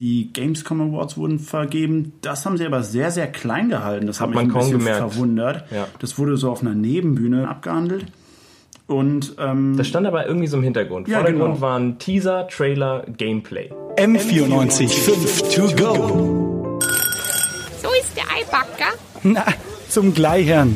Die Gamescom Awards wurden vergeben. Das haben sie aber sehr, sehr klein gehalten. Das hat mich ein bisschen verwundert. Ja. Das wurde so auf einer Nebenbühne abgehandelt. Und das stand aber irgendwie so im Hintergrund. Ja, Vordergrund waren Teaser, Trailer, Gameplay. M94.5 to go. So ist der Eibacker. Na, zum Gleichern.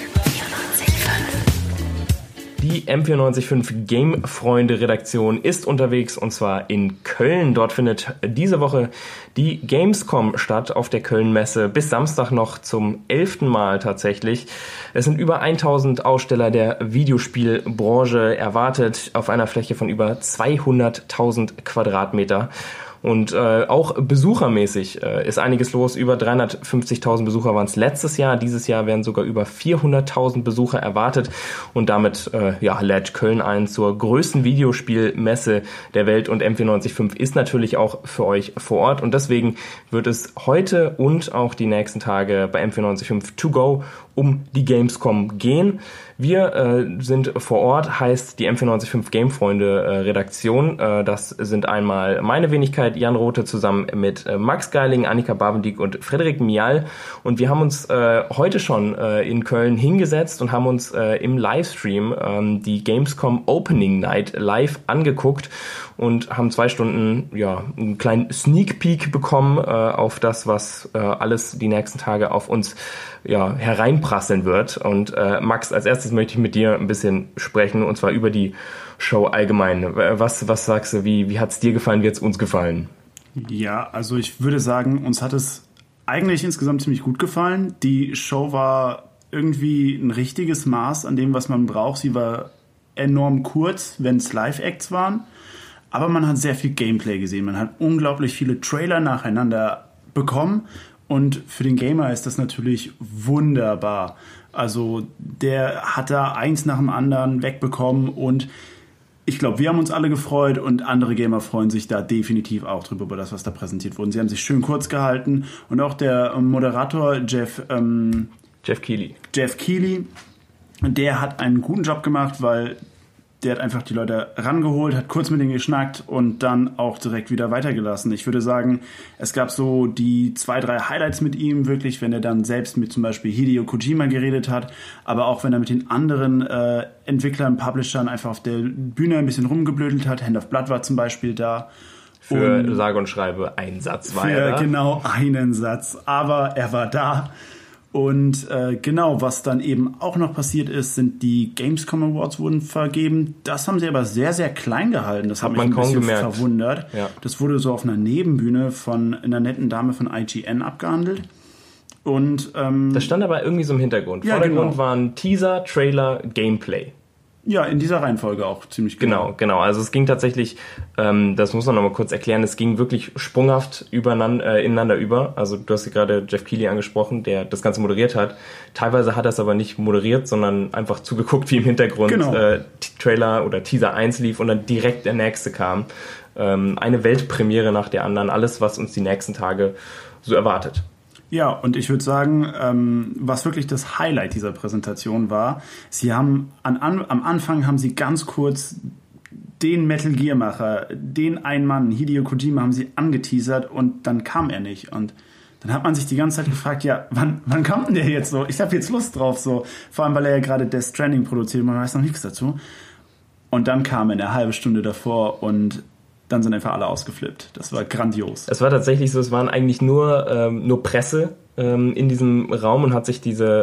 Die M94.5 Game-Freunde-Redaktion ist unterwegs und zwar in Köln. Dort findet diese Woche die Gamescom statt auf der Köln-Messe. Bis Samstag noch zum 11. Mal tatsächlich. Es sind über 1000 Aussteller der Videospielbranche erwartet auf einer Fläche von über 200.000 Quadratmeter. Und auch besuchermäßig ist einiges los. Über 350.000 Besucher waren es letztes Jahr. Dieses Jahr werden sogar über 400.000 Besucher erwartet. Und damit lädt Köln ein zur größten Videospielmesse der Welt. Und M94.5 ist natürlich auch für euch vor Ort. Und deswegen wird es heute und auch die nächsten Tage bei M94.5 to go um die Gamescom gehen. Wir sind vor Ort, heißt die M94.5 Gamefreunde Redaktion. Das sind einmal meine Wenigkeit, Jan Rothe, zusammen mit Max Geiling, Annika Babendiek und Frederik Mial. Und wir haben uns heute schon in Köln hingesetzt und haben uns im Livestream die Gamescom Opening Night live angeguckt und haben 2 Stunden einen kleinen Sneak Peek bekommen auf das, was alles die nächsten Tage auf uns hereinprasseln wird. Und Max, als erstes möchte ich mit dir ein bisschen sprechen, und zwar über die Show allgemein. Was sagst du, wie hat es dir gefallen, wie hat es uns gefallen? Ja, also ich würde sagen, uns hat es eigentlich insgesamt ziemlich gut gefallen. Die Show war irgendwie ein richtiges Maß an dem, was man braucht. Sie war enorm kurz, wenn es Live-Acts waren. Aber man hat sehr viel Gameplay gesehen. Man hat unglaublich viele Trailer nacheinander bekommen. Und für den Gamer ist das natürlich wunderbar. Also der hat da eins nach dem anderen wegbekommen. Und ich glaube, wir haben uns alle gefreut. Und andere Gamer freuen sich da definitiv auch drüber, über das, was da präsentiert wurde. Sie haben sich schön kurz gehalten. Und auch der Moderator Jeff Keighley, der hat einen guten Job gemacht, weil der hat einfach die Leute rangeholt, hat kurz mit denen geschnackt und dann auch direkt wieder weitergelassen. Ich würde sagen, es gab so die 2, 3 Highlights mit ihm, wirklich, wenn er dann selbst mit zum Beispiel Hideo Kojima geredet hat, aber auch wenn er mit den anderen Entwicklern, Publishern einfach auf der Bühne ein bisschen rumgeblödelt hat. Hand of Blood war zum Beispiel da. Für sage und schreibe ein Satz war er da. Genau, einen Satz, aber er war da. Und was dann eben auch noch passiert ist, sind die Gamescom Awards wurden vergeben. Das haben sie aber sehr, sehr klein gehalten. Das hat mich ein bisschen verwundert. Ja. Das wurde so auf einer Nebenbühne von einer netten Dame von IGN abgehandelt. Und das stand aber irgendwie so im Hintergrund. Vordergrund waren Teaser, Trailer, Gameplay. Ja, in dieser Reihenfolge auch ziemlich genau. Genau. Also es ging tatsächlich, das muss man noch mal kurz erklären, es ging wirklich sprunghaft ineinander über. Also du hast gerade Jeff Keighley angesprochen, der das Ganze moderiert hat. Teilweise hat er es aber nicht moderiert, sondern einfach zugeguckt, wie im Hintergrund Trailer oder Teaser 1 lief und dann direkt der nächste kam. Eine Weltpremiere nach der anderen, alles, was uns die nächsten Tage so erwartet. Ja, und ich würde sagen, was wirklich das Highlight dieser Präsentation war, sie haben am Anfang haben sie ganz kurz den Metal Gear Macher, den einen Mann, Hideo Kojima, haben sie angeteasert und dann kam er nicht. Und dann hat man sich die ganze Zeit gefragt, ja, wann kommt denn der jetzt so? Ich habe jetzt Lust drauf, so. Vor allem, weil er ja gerade Death Stranding produziert, man weiß noch nichts dazu. Und dann kam er eine halbe Stunde davor und dann sind einfach alle ausgeflippt. Das war grandios. Es war tatsächlich so, es waren eigentlich nur Presse in diesem Raum und hat sich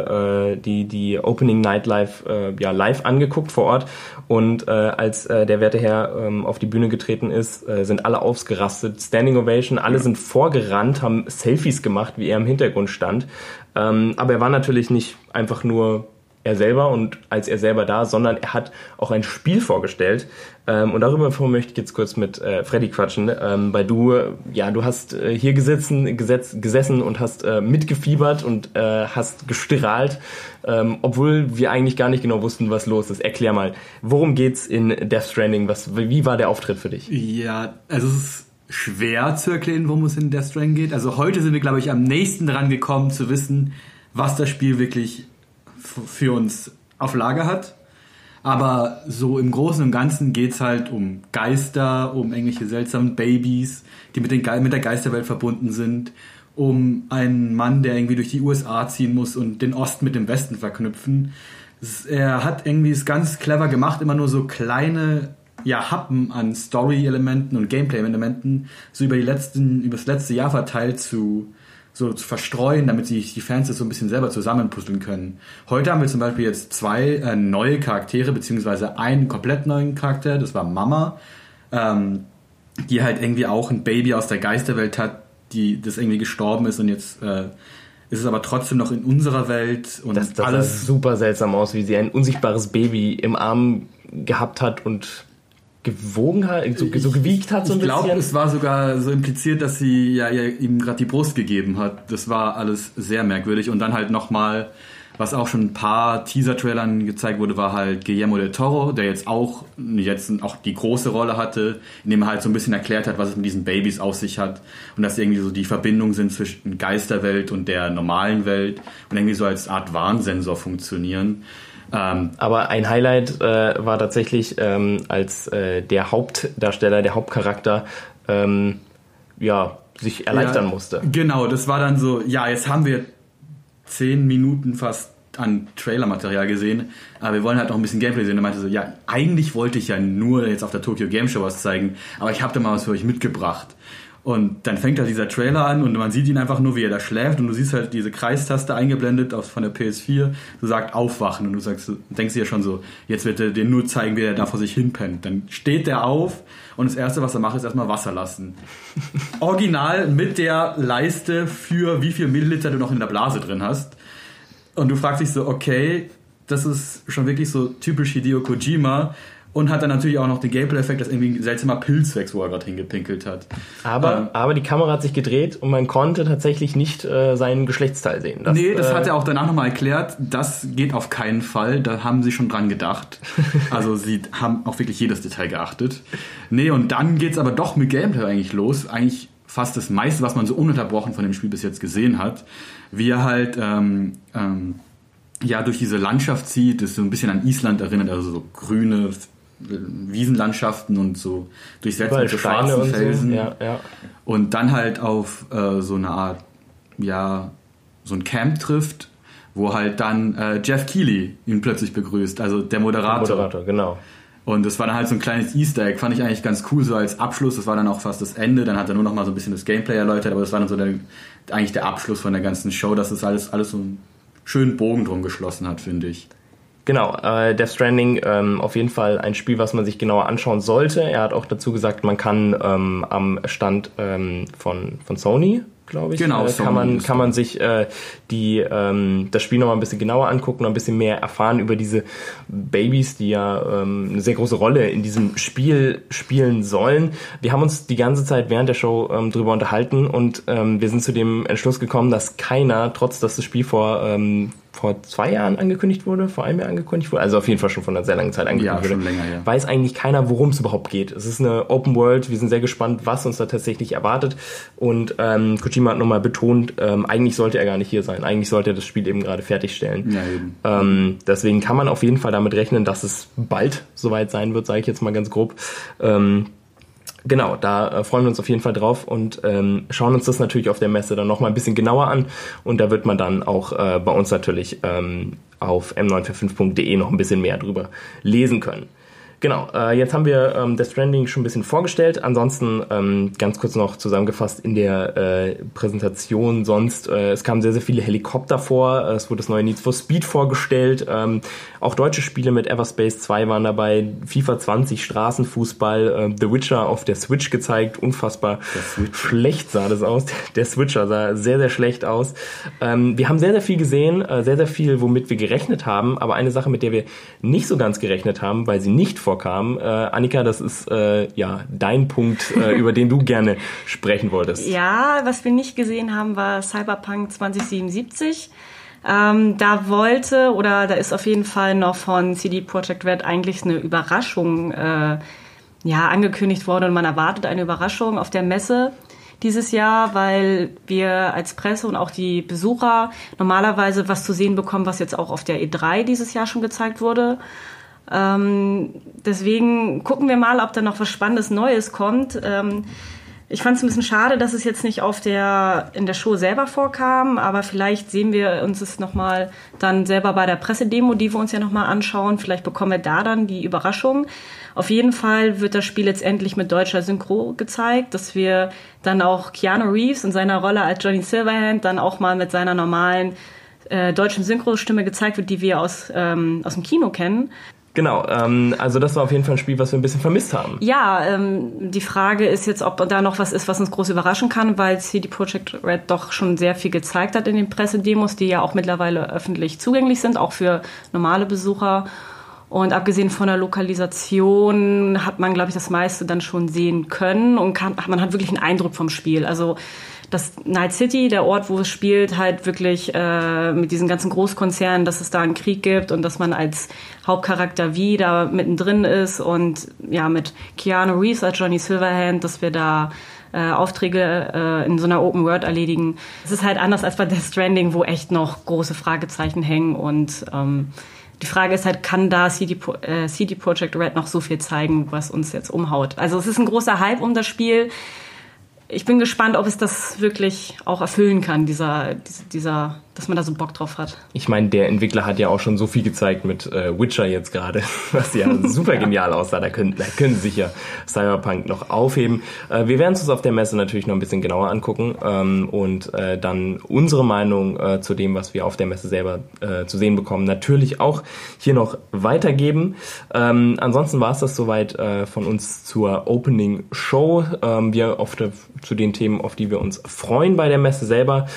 die Opening Night live angeguckt vor Ort. Und als der werte Herr auf die Bühne getreten ist, sind alle ausgerastet. Standing Ovation, alle sind vorgerannt, haben Selfies gemacht, wie er im Hintergrund stand. Aber er war natürlich nicht einfach nur er selber und als er selber da, sondern er hat auch ein Spiel vorgestellt. Und darüber möchte ich jetzt kurz mit Freddy quatschen, weil du hast hier gesessen und hast mitgefiebert und hast gestrahlt, obwohl wir eigentlich gar nicht genau wussten, was los ist. Erklär mal, worum geht's in Death Stranding? Wie war der Auftritt für dich? Ja, also es ist schwer zu erklären, worum es in Death Stranding geht. Also heute sind wir, glaube ich, am nächsten dran gekommen zu wissen, was das Spiel wirklich für uns auf Lager hat. Aber so im Großen und Ganzen geht's halt um Geister, um irgendwelche seltsamen Babys, die mit der Geisterwelt verbunden sind, um einen Mann, der irgendwie durch die USA ziehen muss und den Osten mit dem Westen verknüpfen. Er hat irgendwie es ganz clever gemacht, immer nur so kleine Happen an Story-Elementen und Gameplay-Elementen so über das letzte Jahr verteilt zu verstreuen, damit sich die Fans das so ein bisschen selber zusammenpuzzeln können. Heute haben wir zum Beispiel jetzt 2 neue Charaktere, beziehungsweise einen komplett neuen Charakter, das war Mama, die halt irgendwie auch ein Baby aus der Geisterwelt hat, das irgendwie gestorben ist und jetzt ist es aber trotzdem noch in unserer Welt. Und das alles sah super seltsam aus, wie sie ein unsichtbares Baby im Arm gehabt hat und gewogen hat, so gewiegt hat so ein bisschen. Ich glaube, es war sogar so impliziert, dass sie ihm gerade die Brust gegeben hat. Das war alles sehr merkwürdig. Und dann halt nochmal, was auch schon ein paar Teaser-Trailern gezeigt wurde, war halt Guillermo del Toro, der jetzt auch die große Rolle hatte, indem er halt so ein bisschen erklärt hat, was es mit diesen Babys auf sich hat und dass irgendwie so die Verbindung sind zwischen Geisterwelt und der normalen Welt und irgendwie so als Art Warnsensor funktionieren. Aber ein Highlight war tatsächlich, als der Hauptdarsteller, der Hauptcharakter sich erleichtern musste. Genau, das war dann so, jetzt haben wir 10 Minuten fast an Trailermaterial gesehen, aber wir wollen halt noch ein bisschen Gameplay sehen. Er meinte so, eigentlich wollte ich ja nur jetzt auf der Tokyo Game Show was zeigen, aber ich habe da mal was für euch mitgebracht. Und dann fängt halt dieser Trailer an und man sieht ihn einfach nur, wie er da schläft und du siehst halt diese Kreistaste eingeblendet von der PS4, so sagt aufwachen und du denkst dir ja schon so, jetzt wird er dir nur zeigen, wie er da vor sich hinpennt. Dann steht er auf und das Erste, was er macht, ist erstmal Wasser lassen. Original mit der Leiste für wie viel Milliliter du noch in der Blase drin hast. Und du fragst dich so, okay, das ist schon wirklich so typisch Hideo Kojima. Und hat dann natürlich auch noch den Gameplay-Effekt, dass irgendwie ein seltsamer Pilz wächst, wo er gerade hingepinkelt hat. Aber die Kamera hat sich gedreht und man konnte tatsächlich nicht seinen Geschlechtsteil sehen. Das hat er auch danach nochmal erklärt. Das geht auf keinen Fall. Da haben sie schon dran gedacht. Also sie haben auch wirklich jedes Detail geachtet. Und dann geht's aber doch mit Gameplay eigentlich los. Eigentlich fast das meiste, was man so ununterbrochen von dem Spiel bis jetzt gesehen hat. Wie er halt durch diese Landschaft zieht, das so ein bisschen an Island erinnert, also so grüne Wiesenlandschaften und so durchsetzt mit so schwarzen Felsen. So. Ja. Und dann halt auf so eine Art, so ein Camp trifft, wo halt dann Jeff Keighley ihn plötzlich begrüßt, also der Moderator. Der Moderator, genau. Und das war dann halt so ein kleines Easter Egg, fand ich eigentlich ganz cool, so als Abschluss. Das war dann auch fast das Ende, dann hat er nur noch mal so ein bisschen das Gameplay erläutert, aber das war dann so eigentlich der Abschluss von der ganzen Show, dass es alles so einen schönen Bogen drum geschlossen hat, finde ich. Genau, Death Stranding, auf jeden Fall ein Spiel, was man sich genauer anschauen sollte. Er hat auch dazu gesagt, man kann am Stand von Sony, glaube ich, genau, kann man sich das Spiel noch mal ein bisschen genauer angucken, noch ein bisschen mehr erfahren über diese Babys, die ja eine sehr große Rolle in diesem Spiel spielen sollen. Wir haben uns die ganze Zeit während der Show drüber unterhalten und wir sind zu dem Entschluss gekommen, dass keiner, trotz dass das Spiel vor 2 Jahren angekündigt wurde, vor einem Jahr angekündigt wurde, also auf jeden Fall schon vor einer sehr langen Zeit angekündigt wurde, schon länger, weiß eigentlich keiner, worum es überhaupt geht. Es ist eine Open World, wir sind sehr gespannt, was uns da tatsächlich erwartet und Kojima hat nochmal betont, eigentlich sollte er gar nicht hier sein, eigentlich sollte er das Spiel eben gerade fertigstellen. Ja, eben. Deswegen kann man auf jeden Fall damit rechnen, dass es bald soweit sein wird, sage ich jetzt mal ganz grob. Genau, da freuen wir uns auf jeden Fall drauf und schauen uns das natürlich auf der Messe dann nochmal ein bisschen genauer an und da wird man dann auch bei uns natürlich auf m945.de noch ein bisschen mehr drüber lesen können. Genau, jetzt haben wir Death Stranding schon ein bisschen vorgestellt. Ansonsten ganz kurz noch zusammengefasst in der Präsentation sonst. Es kamen sehr, sehr viele Helikopter vor. Es wurde das neue Need for Speed vorgestellt. Auch deutsche Spiele mit Everspace 2 waren dabei. FIFA 20, Straßenfußball, The Witcher auf der Switch gezeigt. Unfassbar schlecht sah das aus. Der Switcher sah sehr, sehr schlecht aus. Wir haben sehr, sehr viel gesehen. Sehr, sehr viel, womit wir gerechnet haben. Aber eine Sache, mit der wir nicht so ganz gerechnet haben, weil sie nicht vorkam. Annika, das ist dein Punkt, über den du gerne sprechen wolltest. Ja, was wir nicht gesehen haben, war Cyberpunk 2077. Da ist auf jeden Fall noch von CD Projekt Red eigentlich eine Überraschung angekündigt worden und man erwartet eine Überraschung auf der Messe dieses Jahr, weil wir als Presse und auch die Besucher normalerweise was zu sehen bekommen, was jetzt auch auf der E3 dieses Jahr schon gezeigt wurde. Deswegen gucken wir mal, ob da noch was Spannendes Neues kommt. Ich fand es ein bisschen schade, dass es jetzt nicht in der Show selber vorkam, aber vielleicht sehen wir uns es nochmal dann selber bei der Pressedemo, die wir uns ja nochmal anschauen. Vielleicht bekommen wir da dann die Überraschung. Auf jeden Fall wird das Spiel jetzt endlich mit deutscher Synchro gezeigt, dass wir dann auch Keanu Reeves in seiner Rolle als Johnny Silverhand dann auch mal mit seiner normalen deutschen Synchrostimme gezeigt wird, die wir aus dem Kino kennen. Genau, also das war auf jeden Fall ein Spiel, was wir ein bisschen vermisst haben. Ja, die Frage ist jetzt, ob da noch was ist, was uns groß überraschen kann, weil CD Projekt Red doch schon sehr viel gezeigt hat in den Pressedemos, die ja auch mittlerweile öffentlich zugänglich sind, auch für normale Besucher. Und abgesehen von der Lokalisation hat man, glaube ich, das meiste dann schon sehen können und man hat wirklich einen Eindruck vom Spiel. Also das Night City, der Ort, wo es spielt, halt wirklich mit diesen ganzen Großkonzernen, dass es da einen Krieg gibt und dass man als Hauptcharakter V da mittendrin ist und ja mit Keanu Reeves als Johnny Silverhand, dass wir da Aufträge in so einer Open World erledigen. Es ist halt anders als bei Death Stranding, wo echt noch große Fragezeichen hängen und die Frage ist halt, kann da CD Projekt Red noch so viel zeigen, was uns jetzt umhaut? Also es ist ein großer Hype um das Spiel. Ich bin gespannt, ob es das wirklich auch erfüllen kann, dass man da so Bock drauf hat. Ich meine, der Entwickler hat ja auch schon so viel gezeigt mit Witcher jetzt gerade, was ja super genial aussah. Da können sie sich ja Cyberpunk noch aufheben. Wir werden es uns auf der Messe natürlich noch ein bisschen genauer angucken und dann unsere Meinung zu dem, was wir auf der Messe selber zu sehen bekommen, natürlich auch hier noch weitergeben. Ansonsten war es das soweit von uns zur Opening Show. Wir zu den Themen, auf die wir uns freuen bei der Messe selber.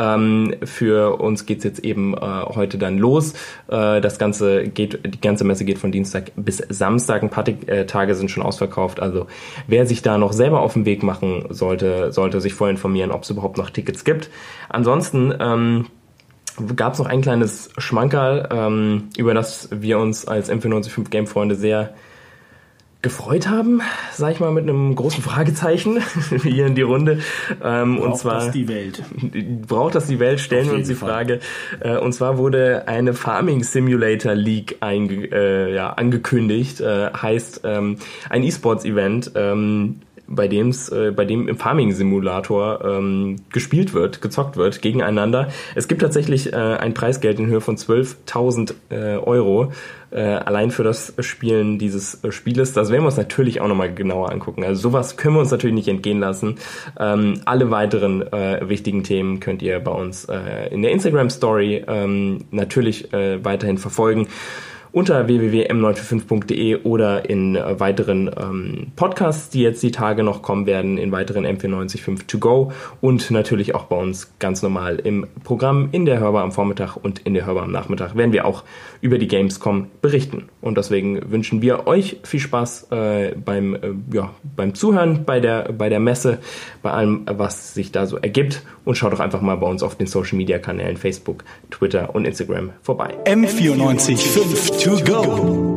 Für uns geht's jetzt eben heute dann los. Die ganze Messe geht von Dienstag bis Samstag. Ein paar Tage sind schon ausverkauft. Also wer sich da noch selber auf den Weg machen sollte sich vorher informieren, ob es überhaupt noch Tickets gibt. Ansonsten gab es noch ein kleines Schmankerl, über das wir uns als M495 Game-Freunde sehr gefreut haben, sag ich mal mit einem großen Fragezeichen hier in die Runde. Braucht das die Welt? Braucht das die Welt? Stellen wir uns die Frage. Und zwar wurde eine Farming Simulator League angekündigt. Heißt ein E-Sports-Event, bei dem im Farming-Simulator gezockt wird gegeneinander. Es gibt tatsächlich ein Preisgeld in Höhe von 12.000 Euro allein für das Spielen dieses Spieles. Das werden wir uns natürlich auch nochmal genauer angucken. Also sowas können wir uns natürlich nicht entgehen lassen. Alle weiteren wichtigen Themen könnt ihr bei uns in der Instagram-Story natürlich weiterhin verfolgen. Unter www.m945.de oder in weiteren Podcasts, die jetzt die Tage noch kommen werden, in weiteren M495 To Go und natürlich auch bei uns ganz normal im Programm in der Hörbar am Vormittag und in der Hörbar am Nachmittag werden wir auch über die Gamescom berichten. Und deswegen wünschen wir euch viel Spaß beim Zuhören bei der Messe, bei allem, was sich da so ergibt und schaut doch einfach mal bei uns auf den Social Media Kanälen Facebook, Twitter und Instagram vorbei. M945 To Go.